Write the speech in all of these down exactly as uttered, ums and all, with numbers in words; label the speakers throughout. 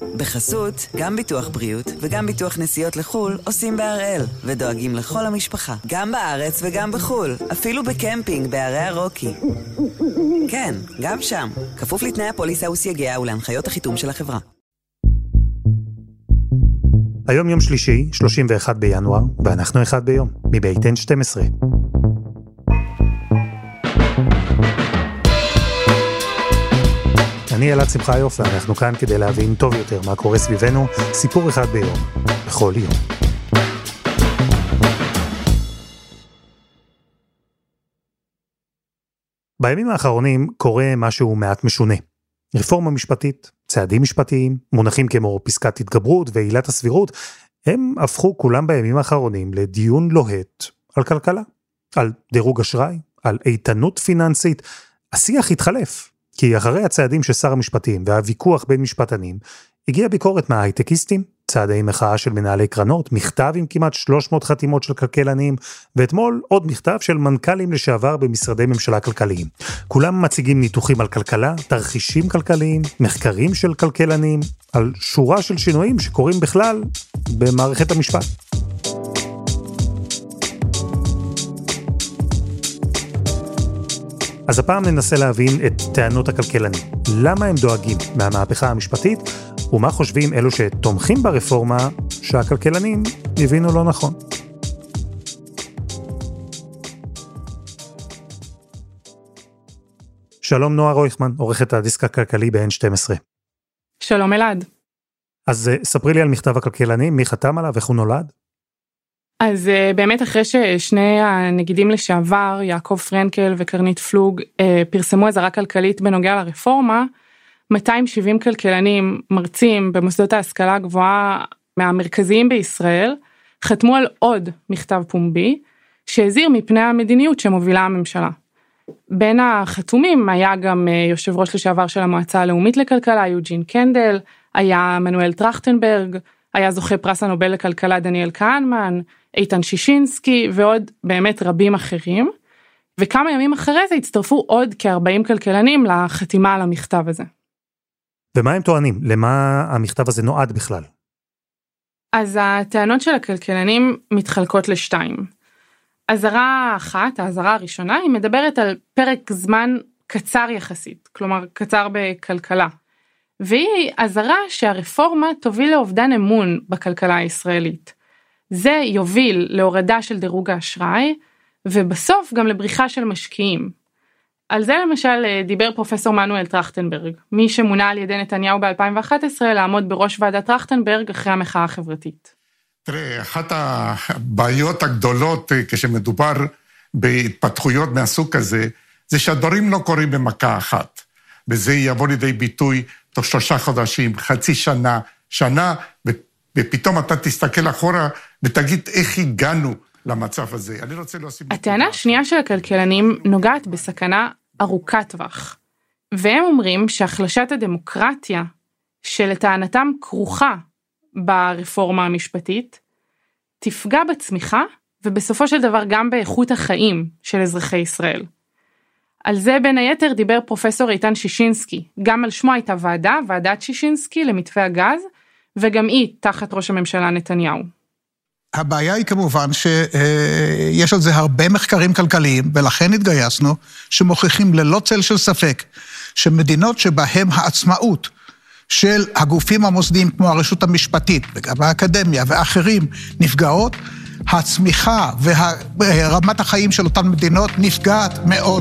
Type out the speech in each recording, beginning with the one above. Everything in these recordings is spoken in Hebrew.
Speaker 1: בחסות, גם ביטוח בריאות וגם ביטוח נסיעות לחול עושים בהראל, ודואגים לכל המשפחה, גם בארץ וגם בחול, אפילו בקמפינג בערי הרוקי. כן, גם שם, כפוף לתנאי הפוליסה וסייגיה ולהנחיות החיתום של החברה.
Speaker 2: היום יום שלישי, שלושים ואחד בינואר, ואנחנו אחד ביום, מבית אן שתים עשרה. אני אלעד שמחיוף, ואנחנו כאן כדי להבין טוב יותר מה קורה סביבנו, סיפור אחד ביום, בכל יום. בימים האחרונים קורה משהו מעט משונה. רפורמה משפטית, צעדים משפטיים, מונחים כמו פסקת התגברות ועילת הסבירות, הם הפכו כולם בימים האחרונים לדיון לוהט על כלכלה, על דירוג אשראי, על איתנות פיננסית. השיח התחלף. כי אחרי הצעדים של שר המשפטים והוויכוח בין משפטנים, הגיעה ביקורת מההייטקיסטים, צעדי מחאה של מנהלי קרנות, מכתב עם כמעט שלוש מאות חתימות של כלכלנים, ואתמול עוד מכתב של מנכ"לים לשעבר במשרדי ממשלה כלכליים. כולם מציגים ניתוחים על כלכלה, תרחישים כלכליים, מחקרים של כלכלנים, על שורה של שינויים שקורים בכלל במערכת המשפט. אז הפעם ננסה להבין את טענות הכלכלנים. למה הם דואגים מהמהפכה המשפטית, ומה חושבים אלו שתומכים ברפורמה שהכלכלנים הבינו לא נכון. שלום נועה רויכמן, עורכת הדיסק הכלכלי ב-אן שתים עשרה.
Speaker 3: שלום אלעד.
Speaker 2: אז ספרי לי על מכתב הכלכלנים, מי חתם עליו, איך הוא נולד?
Speaker 3: אז באמת אחרי ששני הנגידים לשעבר, יעקב פרנקל וקרנית פלוג, פרסמו אזהרה כלכלית בנוגע לרפורמה, מאתיים ושבעים כלכלנים, מרצים במוסדות ההשכלה הגבוהה מהמרכזיים בישראל, חתמו על עוד מכתב פומבי, שהזהיר מפני המדיניות שמובילה הממשלה. בין החתומים היה גם יושב ראש לשעבר של המועצה הלאומית לכלכלה, יוג'ין קנדל, היה מנואל טרכטנברג, היה זוכה פרס הנובל לכלכלה דניאל כהנמן, איתן שישינסקי ועוד באמת רבים אחרים, וכמה ימים אחרי זה הצטרפו עוד כ-ארבעים כלכלנים לחתימה על המכתב הזה.
Speaker 2: ומה הם טוענים? למה המכתב הזה נועד בכלל?
Speaker 3: אז הטענות של הכלכלנים מתחלקות לשתיים. אזהרה אחת, האזהרה הראשונה, היא מדברת על פרק זמן קצר יחסית, כלומר קצר בכלכלה. והיא אזהרה שהרפורמה תוביל לאובדן אמון בכלכלה הישראלית. זה יוביל להורדה של דירוג האשראי, ובסוף גם לבריחה של משקיעים. על זה למשל דיבר פרופסור מנואל טרכטנברג, מי שמונה על ידי נתניהו ב-אלפיים ואחת עשרה לעמוד בראש ועדת טרכטנברג אחרי המחאה החברתית.
Speaker 4: תראה, אחת הבעיות הגדולות כשמדובר בהתפתחויות מהסוג הזה, זה שהדברים לא קורים במכה אחת, וזה יבוא לידי ביטוי תוך שלושה חודשים, חצי שנה, שנה, ופתאום אתה תסתכל אחורה ותגיד איך הגענו למצב הזה. אני רוצה להוסיף...
Speaker 3: הטענה השנייה של הכלכלנים נוגעת בסכנה ארוכת טווח, והם אומרים שהחלשת הדמוקרטיה שלטענתם כרוכה ברפורמה המשפטית, תפגע בצמיחה, ובסופו של דבר גם באיכות החיים של אזרחי ישראל. על זה בין היתר דיבר פרופסור איתן שישינסקי, גם על שמו הייתה ועדה, ועדת שישינסקי למתווה הגז, וגם היא תחת ראש הממשלה נתניהו.
Speaker 5: הבעיה היא כמובן שיש על זה הרבה מחקרים כלכליים, ולכן התגייסנו, שמוכיחים ללא צל של ספק, שמדינות שבהם העצמאות של הגופים המוסדיים, כמו הרשות המשפטית, וגם האקדמיה ואחרים נפגעות, הצמיחה ורמת החיים של אותן מדינות נפגעת מאוד.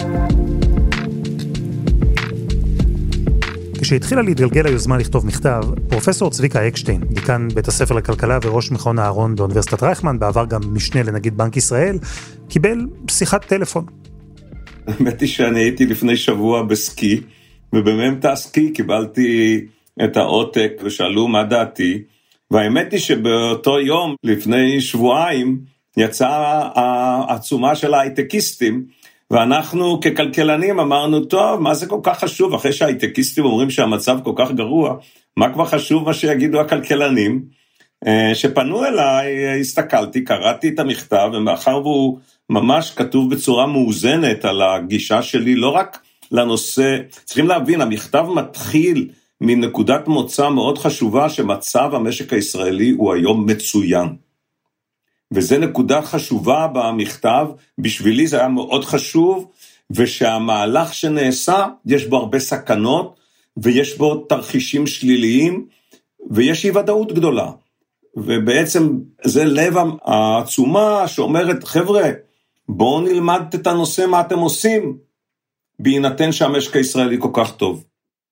Speaker 2: כשהתחילה להתגלגל היוזמה לכתוב מכתב, פרופסור צביקה אקשטיין, דיקן בית הספר לכלכלה וראש מכון הארון באוניברסיטת רייכמן, בעבר גם משנה לנגיד בנק ישראל, קיבל שיחת טלפון.
Speaker 6: האמת היא שאני הייתי לפני שבוע בסקי, ובממצא הסקי קיבלתי את העותק ושאלו מה דעתי, והאמת היא שבאותו יום לפני שבועיים יצאה העצומה של ההייטקיסטים, ואנחנו ככלכלנים אמרנו, טוב, מה זה כל כך חשוב? אחרי שההייטקיסטים אומרים שהמצב כל כך גרוע, מה כבר חשוב מה שיגידו הכלכלנים? שפנו אליי, הסתכלתי, קראתי את המכתב, ומאחר והוא ממש כתוב בצורה מאוזנת על הגישה שלי, לא רק לנושא, צריכים להבין, המכתב מתחיל מנקודת מוצא מאוד חשובה שמצב המשק הישראלי הוא היום מצוין. וזה נקודה חשובה במכתב, בשבילי זה היה מאוד חשוב, ושהמהלך שנעשה, יש בו הרבה סכנות, ויש בו תרחישים שליליים, ויש אי ודאות גדולה. ובעצם זה לב העצומה שאומרת, חבר'ה, בואו נלמד את הנושא מה אתם עושים, בהינתן שהמשק הישראלי כל כך טוב.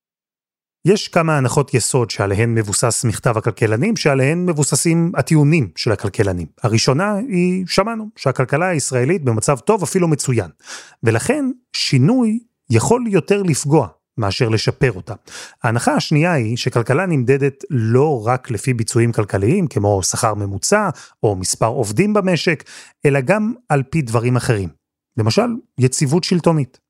Speaker 2: יש כמה הנחות יסוד שעליהן מבוסס מכתב הכלכלנים, שעליהן מבוססים הטיעונים של הכלכלנים. הראשונה היא, שמענו, שהכלכלה הישראלית במצב טוב אפילו מצוין, ולכן שינוי יכול יותר לפגוע מאשר לשפר אותה. ההנחה השנייה היא שכלכלה נמדדת לא רק לפי ביצועים כלכליים, כמו שכר ממוצע או מספר עובדים במשק, אלא גם על פי דברים אחרים. למשל, יציבות שלטונית.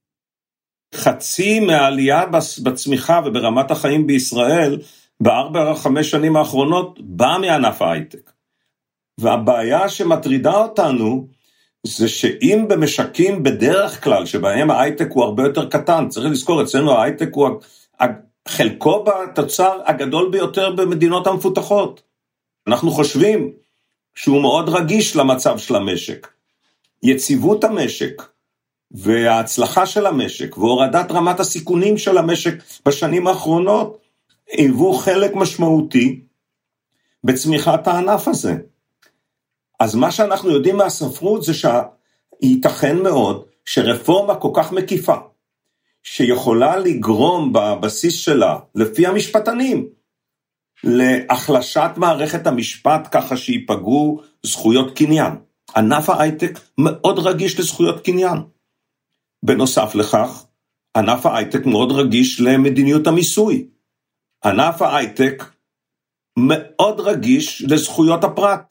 Speaker 6: חצי מהעלייה בצמיחה וברמת החיים בישראל, בארבע חמש שנים האחרונות, באה מענף ההייטק. והבעיה שמטרידה אותנו, זה שאם במשקים בדרך כלל, שבהם ההייטק הוא הרבה יותר קטן, צריך לזכור, אצלנו ההייטק הוא חלקו בתוצר הגדול ביותר במדינות המפותחות. אנחנו חושבים שהוא מאוד רגיש למצב של המשק. יציבות המשק, וההצלחה של המשק, והורדת רמת הסיכונים של המשק בשנים האחרונות, היוו חלק משמעותי בצמיחת הענף הזה. אז מה שאנחנו יודעים מהספרות זה שייתכן מאוד שרפורמה כל כך מקיפה, שיכולה לגרום בבסיס שלה, לפי המשפטנים, להחלשת מערכת המשפט ככה שיפגעו זכויות קניין. ענף ההייטק מאוד רגיש לזכויות קניין. בנוסף לכך, ענף ההייטק מאוד רגיש למדיניות המיסוי. ענף ההייטק מאוד רגיש לזכויות הפרט.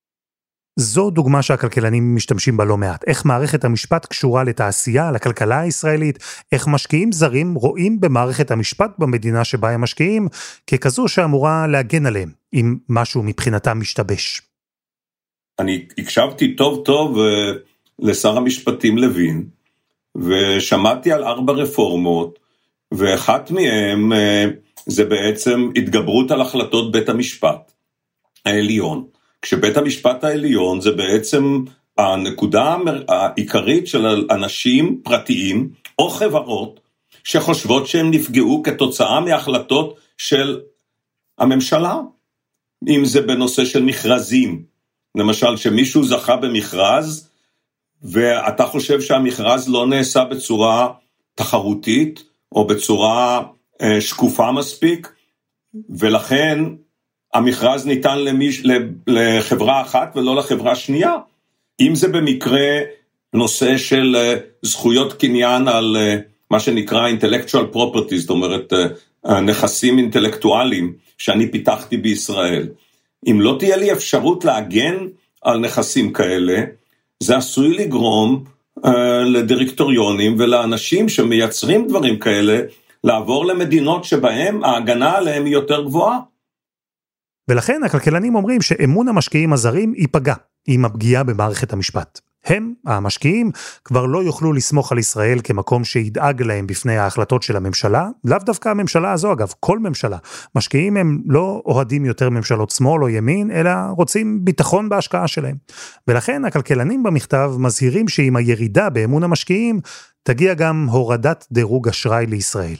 Speaker 2: זו דוגמה שהכלכלנים משתמשים בה לא מעט. איך מערכת המשפט קשורה לתעשייה, לכלכלה הישראלית, איך משקיעים זרים רואים במערכת המשפט במדינה שבה הם משקיעים, ככזו שאמורה להגן עליהם, אם משהו מבחינתם משתבש.
Speaker 6: אני הקשבתי טוב טוב לשר המשפטים לוין, ושמעתי על ארבע רפורמות, ואחת מהם זה בעצם התגברות על החלטות בית המשפט העליון. כשבית המשפט העליון זה בעצם הנקודה העיקרית של אנשים פרטיים או חברות שחושבות שהם נפגעו כתוצאה מהחלטות של הממשלה. אם זה בנושא של מכרזים, למשל שמישהו זכה במכרז ואתה חושב שהמכרז לא נעשה בצורה תחרותית או בצורה שקופה מספיק, ולכן המכרז ניתן למיש, לחברה אחת ולא לחברה שנייה. אם זה במקרה נושא של זכויות קניין על מה שנקרא intellectual property, זאת אומרת נכסים אינטלקטואליים שאני פיתחתי בישראל. אם לא תהיה לי אפשרות להגן על נכסים כאלה, זה עשוי לגרום לדירקטוריונים ולאנשים שמייצרים דברים כאלה, לעבור למדינות שבהם ההגנה עליהם היא יותר גבוהה.
Speaker 2: ולכן הכלכלנים אומרים שאמון המשקיעים הזרים ייפגע עם הפגיעה במערכת המשפט. הם, המשקיעים, כבר לא יוכלו לסמוך על ישראל כמקום שידאג להם בפני ההחלטות של הממשלה, לאו דווקא הממשלה הזו, אגב, כל ממשלה. משקיעים הם לא אוהדים יותר ממשלות שמאל או ימין, אלא רוצים ביטחון בהשקעה שלהם. ולכן הכלכלנים במכתב מזהירים שעם הירידה באמון המשקיעים, תגיע גם הורדת דירוג אשראי לישראל.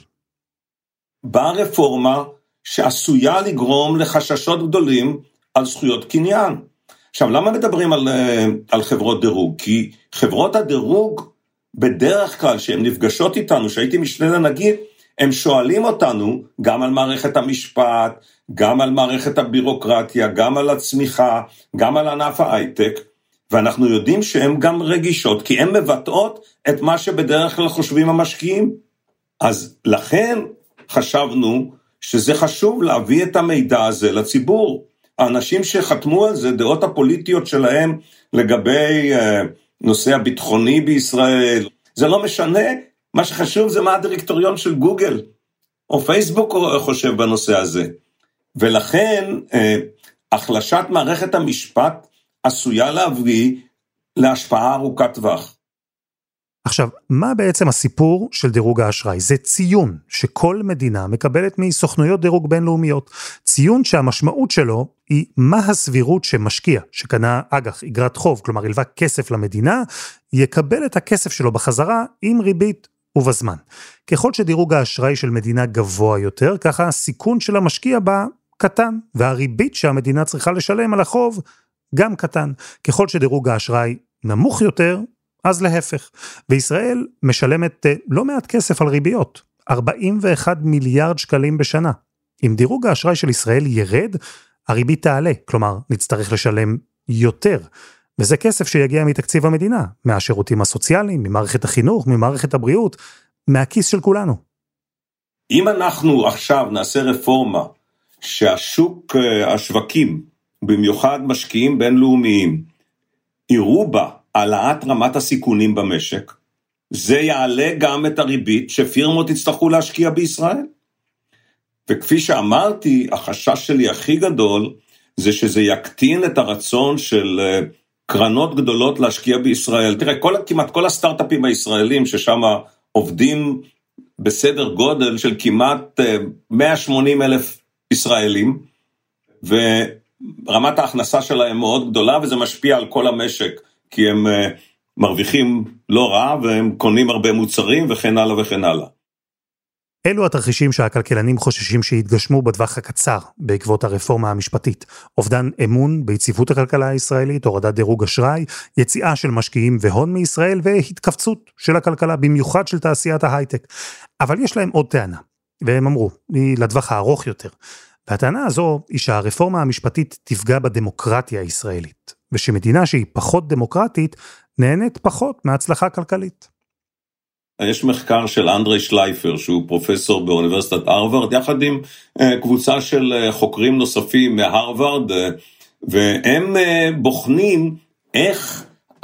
Speaker 6: ברפורמה שעשויה לגרום לחששות גדולים על זכויות קניין. עכשיו, למה מדברים על, על חברות דירוג? כי חברות הדירוג, בדרך כלל, שהן נפגשות איתנו, שהייתי משנה לנגיד, הם שואלים אותנו גם על מערכת המשפט, גם על מערכת הבירוקרטיה, גם על הצמיחה, גם על ענף ההייטק, ואנחנו יודעים שהן גם רגישות, כי הן מבטאות את מה שבדרך כלל חושבים המשקיעים. אז לכן חשבנו שזה חשוב להביא את המידע הזה לציבור. האנשים שחתמו על זה, דעות הפוליטיות שלהם לגבי נושא הביטחוני בישראל, זה לא משנה, מה שחשוב זה מה הדירקטוריון של גוגל או פייסבוק חושב בנושא הזה. ולכן החלשת מערכת המשפט עשויה להביא להשפעה ארוכת טווח.
Speaker 2: עכשיו, מה בעצם הסיפור של דירוג האשראי? זה ציון שכל מדינה מקבלת מסוכנויות דירוג בינלאומיות. ציון שהמשמעות שלו היא מה הסבירות שמשקיע, שקנה אג"ח, אגרת חוב, כלומר הלווה כסף למדינה, יקבל את הכסף שלו בחזרה עם ריבית ובזמן. ככל שדירוג האשראי של מדינה גבוה יותר, ככה הסיכון של המשקיע בה קטן, והריבית שהמדינה צריכה לשלם על החוב גם קטן. ככל שדירוג האשראי נמוך יותר, אז להפך. וישראל משלמת לא מעט כסף על ריביות, ארבעים ואחד מיליארד שקלים בשנה. אם דירוג האשראי של ישראל ירד, הריבית תעלה, כלומר נצטרך לשלם יותר. וזה כסף שיגיע מתקציב המדינה, מהשירותים הסוציאליים, ממערכת החינוך, ממערכת הבריאות, מהכיס של כולנו.
Speaker 6: אם אנחנו עכשיו נעשה רפורמה, שהשוק, השווקים, במיוחד משקיעים בינלאומיים, יראו בה העלאת רמת הסיכונים במשק, זה יעלה גם את הריבית שפירמות יצטרכו להשקיע בישראל. וכפי שאמרתי, החשש שלי הכי גדול, זה שזה יקטין את הרצון של קרנות גדולות להשקיע בישראל. תראה, כל, כמעט כל הסטארט-אפים הישראלים ששם עובדים בסדר גודל של כמעט מאה ושמונים אלף ישראלים, ורמת ההכנסה שלהם מאוד גדולה, וזה משפיע על כל המשק, כי הם מרוויחים לא רע, והם קונים הרבה מוצרים וכן הלאה וכן הלאה.
Speaker 2: אלו התרחישים שהכלכלנים חוששים שיתגשמו בטווח הקצר בעקבות הרפורמה המשפטית. אובדן אמון ביציבות הכלכלה הישראלית, הורדת דירוג אשראי, יציאה של משקיעים והון מישראל והתכווצות של הכלכלה, במיוחד של תעשיית ההייטק. אבל יש להם עוד טענה, והם אמרו, היא לטווח הארוך יותר. והטענה הזו היא שהרפורמה המשפטית תפגע בדמוקרטיה הישראלית, ושמדינה שהיא פחות דמוקרטית נהנית פחות מהצלחה כלכלית.
Speaker 6: יש מחקר של אנדרי שלייפר, שהוא פרופסור באוניברסיטת הרווארד, יחד עם קבוצה של חוקרים נוספים מהרווארד, והם בוחנים איך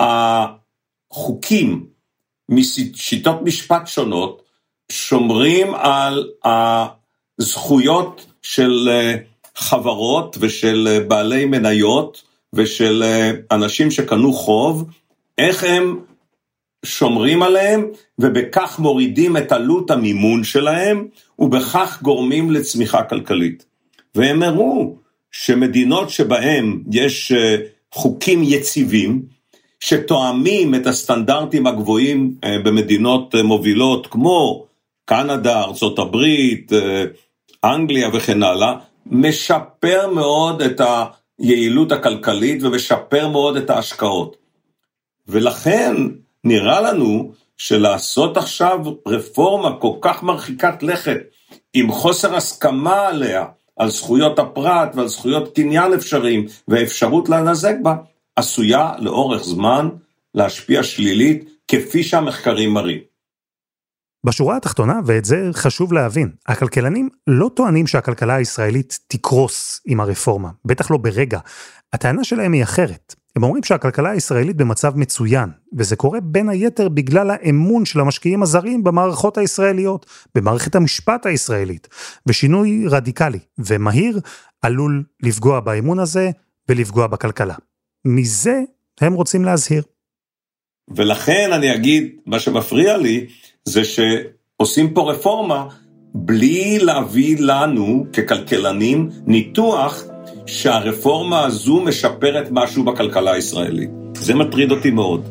Speaker 6: החוקים משיטות משפט שונות שומרים על הזכויות של חברות ושל בעלי מניות ושל אנשים שקנו חוב, איך הם שומרים עליהם, ובכך מורידים את עלות המימון שלהם, ובכך גורמים לצמיחה כלכלית. והם הראו שמדינות שבהם יש חוקים יציבים, שתואמים את הסטנדרטים הגבוהים במדינות מובילות, כמו קנדה, ארצות הברית, אנגליה וכן הלאה, משפר מאוד את היעילות הכלכלית, ומשפר מאוד את ההשקעות. ולכן נראה לנו שלעשות עכשיו רפורמה כל כך מרחיקת לכת, עם חוסר הסכמה עליה, על זכויות הפרט ועל זכויות קניין אפשריים, ואפשרות להנזק בה, עשויה לאורך זמן להשפיע שלילית, כפי שהמחקרים מראים.
Speaker 2: בשורה התחתונה, ואת זה חשוב להבין, הכלכלנים לא טוענים שהכלכלה הישראלית תקרוס עם הרפורמה, בטח לא ברגע. הטענה שלהם היא אחרת. הם אומרים שהכלכלה הישראלית במצב מצוין, וזה קורה בין היתר בגלל האמון של המשקיעים הזרים במערכות הישראליות, במערכת המשפט הישראלית, ושינוי רדיקלי ומהיר עלול לפגוע באמון הזה ולפגוע בכלכלה. מזה הם רוצים להזהיר.
Speaker 6: ולכן אני אגיד, מה שמפריע לי, זה שעושים פה רפורמה, בלי להביא לנו ככלכלנים ניתוח שהרפורמה הזו משפרת משהו בכלכלה הישראלית. זה מטריד אותי מאוד.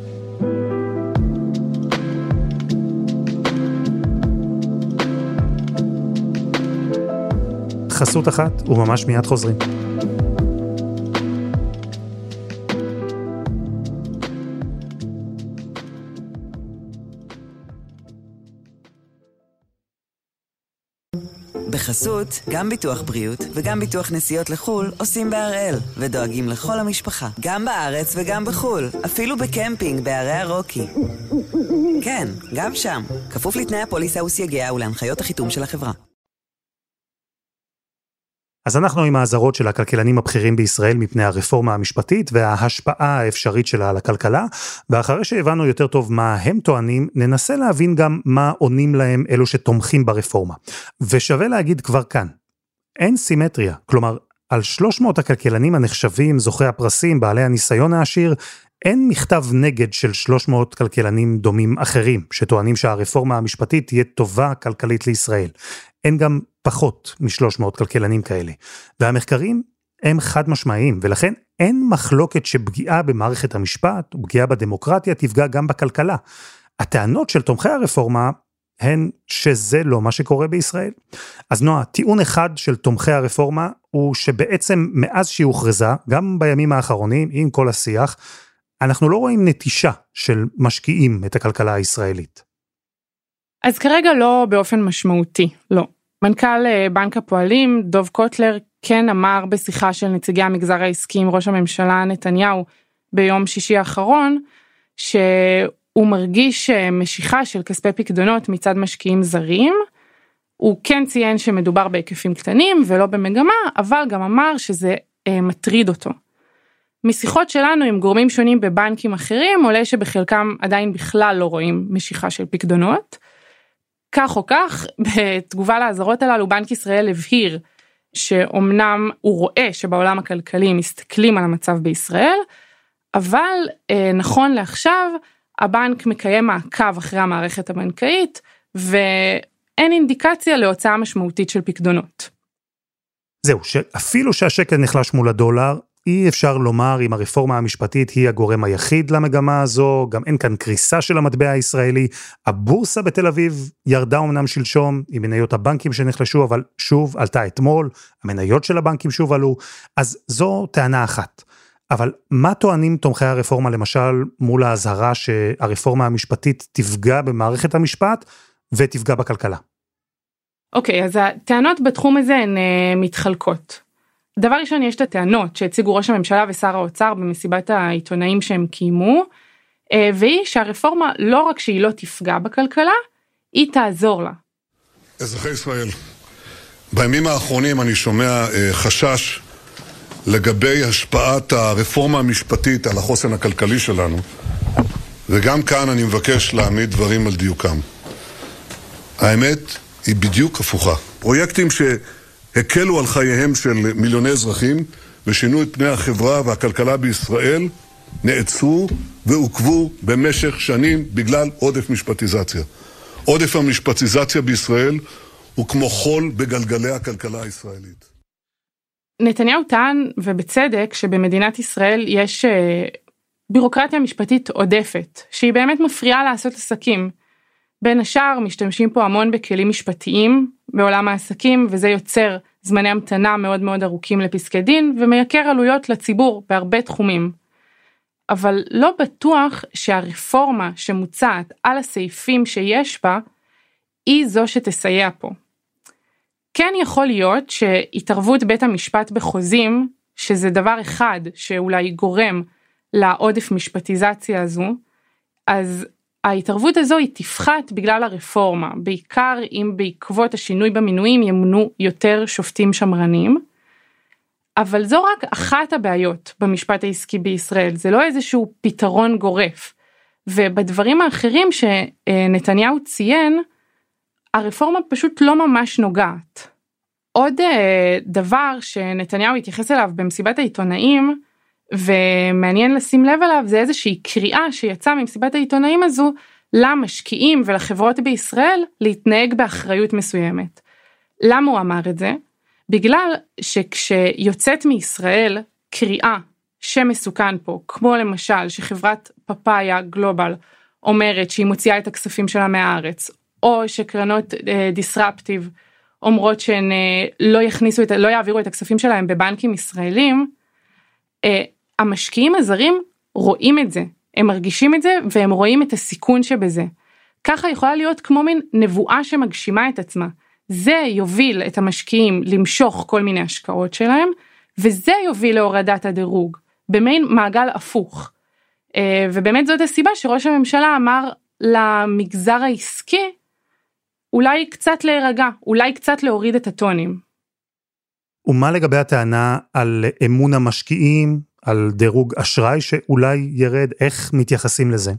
Speaker 2: חסות אחת וממש מיד חוזרים.
Speaker 1: בחסות, גם ביטוח בריאות וגם ביטוח נסיעות לחול עושים בהראל, ודואגים לכל המשפחה, גם בארץ וגם בחול, אפילו בקמפינג בערי הרוקי. כן, גם שם, כפוף לתנאי הפוליסה וסייגיה ולהנחיות החיתום של החברה.
Speaker 2: אז אנחנו עם האזהרות של הכלכלנים הבכירים בישראל מפני הרפורמה המשפטית וההשפעה האפשרית שלה על הכלכלה, ואחרי שהבנו יותר טוב מה הם טוענים, ננסה להבין גם מה עונים להם אלו שתומכים ברפורמה. ושווה להגיד כבר כאן, אין סימטריה, כלומר, על שלוש מאות הכלכלנים הנחשבים, זוכי הפרסים, בעלי הניסיון העשיר, אין מכתב נגד של שלוש מאות כלכלנים דומים אחרים, שטוענים שהרפורמה המשפטית תהיה טובה כלכלית לישראל. אין גם פחות מ-שלוש מאות כלכלנים כאלה. והמחקרים הם חד משמעיים, ולכן אין מחלוקת שפגיעה במערכת המשפט, ופגיעה בדמוקרטיה, תפגע גם בכלכלה. הטענות של תומכי הרפורמה הן שזה לא מה שקורה בישראל. אז נועה, טיעון אחד של תומכי הרפורמה הוא שבעצם מאז שהיא הוכרזה, גם בימים האחרונים, עם כל השיח, אנחנו לא רואים נטישה של משקיעים את הכלכלה הישראלית.
Speaker 3: אז כרגע לא באופן משמעותי, לא. מנכ"ל בנק הפועלים, דוב קוטלר, כן אמר בשיחה של נציגי המגזר העסקי עם ראש הממשלה נתניהו ביום שישי האחרון, שהוא מרגיש משיכה של כספי פקדונות מצד משקיעים זרים. הוא כן ציין שמדובר בהיקפים קטנים ולא במגמה, אבל גם אמר שזה אה, מטריד אותו. משיחות שלנו עם גורמים שונים בבנקים אחרים, עולה שבחלקם עדיין בכלל לא רואים משיכה של פקדונות. כך או כך, בתגובה להזהרות הללו, בנק ישראל הבהיר שאומנם הוא רואה שבעולם הכלכלי מסתכלים על המצב בישראל, אבל אה, נכון לעכשיו, הבנק מקיים מעקב אחרי המערכת הבנקאית, ואין אינדיקציה להוצאה משמעותית של פקדונות.
Speaker 2: זהו, שאפילו שהשקל נחלש מול הדולר, אי אפשר לומר אם הרפורמה המשפטית היא הגורם היחיד למגמה הזו, גם אין כאן קריסה של המטבע הישראלי, הבורסה בתל אביב ירדה אמנם שלשום, עם מניות הבנקים שנחלשו, אבל שוב עלתה אתמול, המניות של הבנקים שוב עלו, אז זו טענה אחת. אבל מה טוענים תומכי הרפורמה למשל מול ההזהרה שהרפורמה המשפטית תפגע במערכת המשפט ותפגע בכלכלה?
Speaker 3: אוקיי, אז הטענות בתחום הזה הן uh, מתחלקות. דבר ראשון, יש את הטענות שהציגו ראש הממשלה ושר האוצר במסיבת העיתונאים שהם קיימו, uh, והיא שהרפורמה לא רק שהיא לא תפגע בכלכלה, היא תעזור לה.
Speaker 7: אזרחי ישראל, בימים האחרונים אני שומע uh, חשש לגבי השפעת הרפורמה המשפטית על החוסן הכלכלי שלנו, וגם כאן אני מבקש להעמיד דברים על דיוקם. האמת היא בדיוק הפוכה. פרויקטים שהקלו על חייהם של מיליוני אזרחים ושינו את פני החברה והכלכלה בישראל נעצרו ועוקבו במשך שנים בגלל עודף משפטיזציה. עודף המשפטיזציה בישראל הוא כמו חול בגלגלי הכלכלה הישראלית.
Speaker 3: נתניהו טען, ובצדק, שבמדינת ישראל יש בירוקרטיה משפטית עודפת, שהיא באמת מפריעה לעשות עסקים. בין השאר משתמשים פה המון בכלים משפטיים בעולם העסקים, וזה יוצר זמני המתנה מאוד מאוד ארוכים לפסקי דין, ומייקר עלויות לציבור בהרבה תחומים. אבל לא בטוח שהרפורמה שמוצעת על הסעיפים שיש בה, היא זו שתסייע פה. כן יכול להיות שהתערבות בית המשפט בחוזים, שזה דבר אחד שאולי גורם לעודף משפטיזציה הזו, אז ההתערבות הזו היא תפחת בגלל הרפורמה, בעיקר אם בעקבות השינוי במינויים ימונו יותר שופטים שמרנים, אבל זו רק אחת הבעיות במשפט העסקי בישראל, זה לא איזשהו פתרון גורף, ובדברים האחרים שנתניהו ציין, הרפורמה פשוט לא ממש נוגעת. עוד דבר שנתניהו התייחס אליו במסיבת העיתונאים, ומעניין לשים לב עליו, זה איזושהי קריאה שיצאה ממסיבת העיתונאים הזו, למשקיעים ולחברות בישראל להתנהג באחריות מסוימת. למה הוא אמר את זה? בגלל שכשיוצאת מישראל קריאה שמסוכן פה, כמו למשל שחברת פאפאיה גלובל אומרת שהיא מוציאה את הכספים שלה מהארץ, או שקרנות דיסרפטיב אומרות שהן לא יכניסו, לא יעבירו את הכספים שלהם בבנקים ישראלים, המשקיעים הזרים רואים את זה, הם מרגישים את זה והם רואים את הסיכון שבזה. ככה יכולה להיות כמו מין נבואה שמגשימה את עצמה. זה יוביל את המשקיעים למשוך כל מיני השקעות שלהם, וזה יוביל להורדת הדירוג, במין מעגל הפוך. ובאמת זאת הסיבה שראש הממשלה אמר למגזר העסקי, אולי קצת להירגע, אולי קצת להוריד את הטונים.
Speaker 2: ומה לגבי הטענה על אמון המשקיעים, על דירוג אשראי שאולי ירד, איך מתייחסים לזה?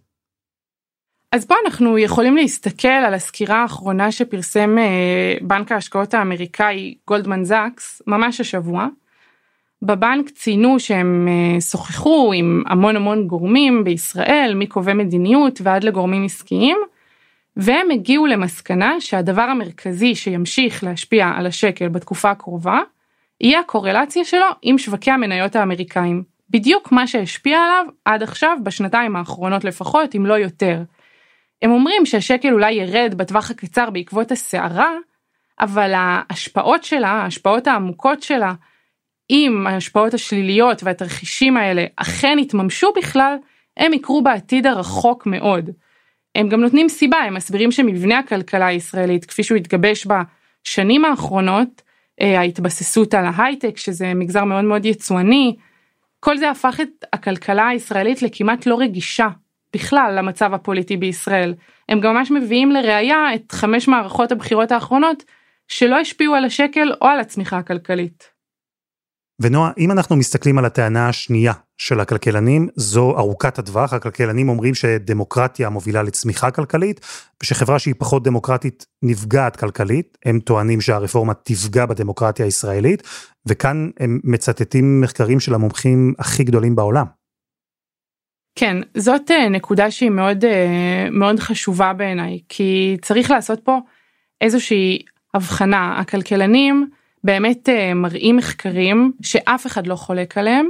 Speaker 3: אז פה אנחנו יכולים להסתכל על הסקירה האחרונה שפרסם בנק ההשקעות האמריקאי גולדמן זאקס, ממש השבוע. בבנק ציינו שהם שוחחו עם המון המון גורמים בישראל, מקובעי מדיניות ועד לגורמים עסקיים, והם הגיעו למסקנה שהדבר המרכזי שימשיך להשפיע על השקל בתקופה הקרובה, יהיה הקורלציה שלו עם שווקי המניות האמריקאים. בדיוק מה שהשפיע עליו עד עכשיו בשנתיים האחרונות לפחות, אם לא יותר. הם אומרים שהשקל אולי ירד בטווח הקצר בעקבות הסערה, אבל ההשפעות שלה, ההשפעות העמוקות שלה, אם ההשפעות השליליות והתרחישים האלה אכן יתממשו בכלל, הם יקרו בעתיד הרחוק מאוד. הם גם נותנים סיבה, הם מסבירים שמבנה הכלכלה הישראלית, כפי שהוא התגבש בשנים האחרונות, ההתבססות על ההייטק, שזה מגזר מאוד מאוד יצואני, כל זה הפך את הכלכלה הישראלית לכמעט לא רגישה, בכלל למצב הפוליטי בישראל. הם גם ממש מביאים לראיה את חמש מערכות הבחירות האחרונות, שלא השפיעו על השקל או על הצמיחה הכלכלית.
Speaker 2: ונועה, אם אנחנו מסתכלים על הטענה השנייה של הכלכלנים, זו ארוכת הטווח. הכלכלנים אומרים שדמוקרטיה מובילה לצמיחה כלכלית, ושחברה שהיא פחות דמוקרטית נפגעת כלכלית. הם טוענים שהרפורמה תפגע בדמוקרטיה הישראלית, וכאן הם מצטטים מחקרים של המומחים הכי גדולים בעולם.
Speaker 3: כן, זאת נקודה שהיא מאוד, מאוד חשובה בעיניי, כי צריך לעשות פה איזושהי הבחנה. הכלכלנים באמת מראים מחקרים שאף אחד לא חולק עליהם,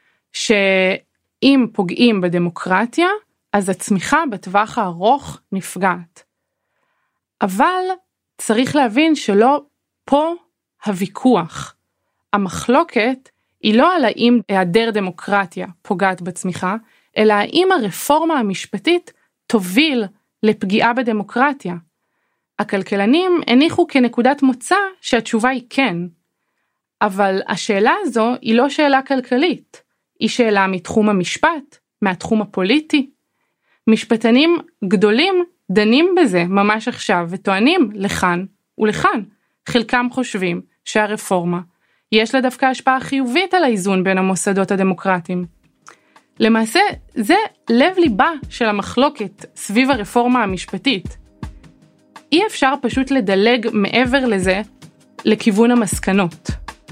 Speaker 3: שאם פוגעים בדמוקרטיה, אז הצמיחה בטווח הארוך נפגעת. אבל צריך להבין שלא פה הוויכוח. המחלוקת היא לא על האם היעדר דמוקרטיה פוגעת בצמיחה, אלא האם הרפורמה המשפטית תוביל לפגיעה בדמוקרטיה. הכלכלנים הניחו כנקודת מוצא שהתשובה היא כן, אבל השאלה הזו היא לא שאלה כלכלית, היא שאלה מתחום המשפט, מהתחום הפוליטי. משפטנים גדולים דנים בזה ממש עכשיו וטוענים לכאן ולכאן. חלקם חושבים שהרפורמה יש לה דווקא השפעה חיובית על האיזון בין המוסדות הדמוקרטיים. למעשה זה לב ליבה של המחלוקת סביב הרפורמה המשפטית. אי אפשר פשוט לדלג מעבר לזה לכיוון המסקנות.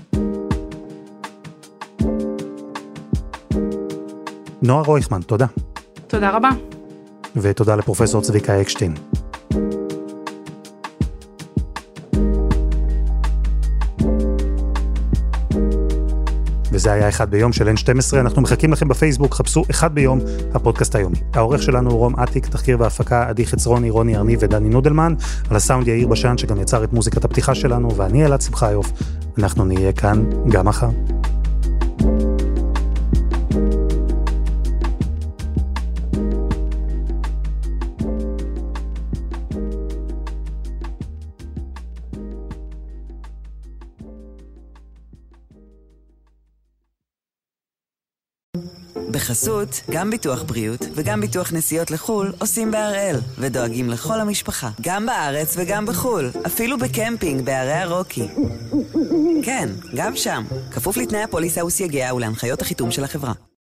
Speaker 2: נועה רויכמן, תודה.
Speaker 3: תודה רבה.
Speaker 2: ותודה לפרופסור צביקה אקשטיין. וזה היה אחד ביום של אן שתים עשרה, אנחנו מחכים לכם בפייסבוק, חפשו אחד ביום, הפודקאסט היומי. העורך שלנו הוא רום עתיק, תחקיר והפקה, עדי חצרוני, רוני ארני ודני נודלמן, על הסאונד יאיר בשן שגם יצר את מוזיקת הפתיחה שלנו, ואני אלעד שמחיוף, אנחנו נהיה כאן גם מחר.
Speaker 1: בחסות, גם ביטוח בריאות וגם ביטוח נסיעות לחול עושים בהראל ודואגים לכל המשפחה, גם בארץ וגם בחול, אפילו בקמפינג בערי הרוקי. כן, גם שם, כפוף לתנאי הפוליסה וסייגיה ולהנחיות החיתום של החברה.